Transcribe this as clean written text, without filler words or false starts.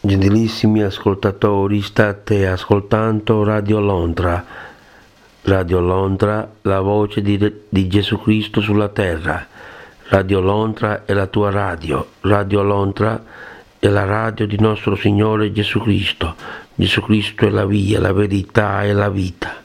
Gentilissimi ascoltatori, state ascoltando Radio Londra, la voce di Gesù Cristo sulla terra. Radio Londra è la tua radio, Radio Londra è la radio di nostro Signore Gesù Cristo. Gesù Cristo è la via, la verità e la vita.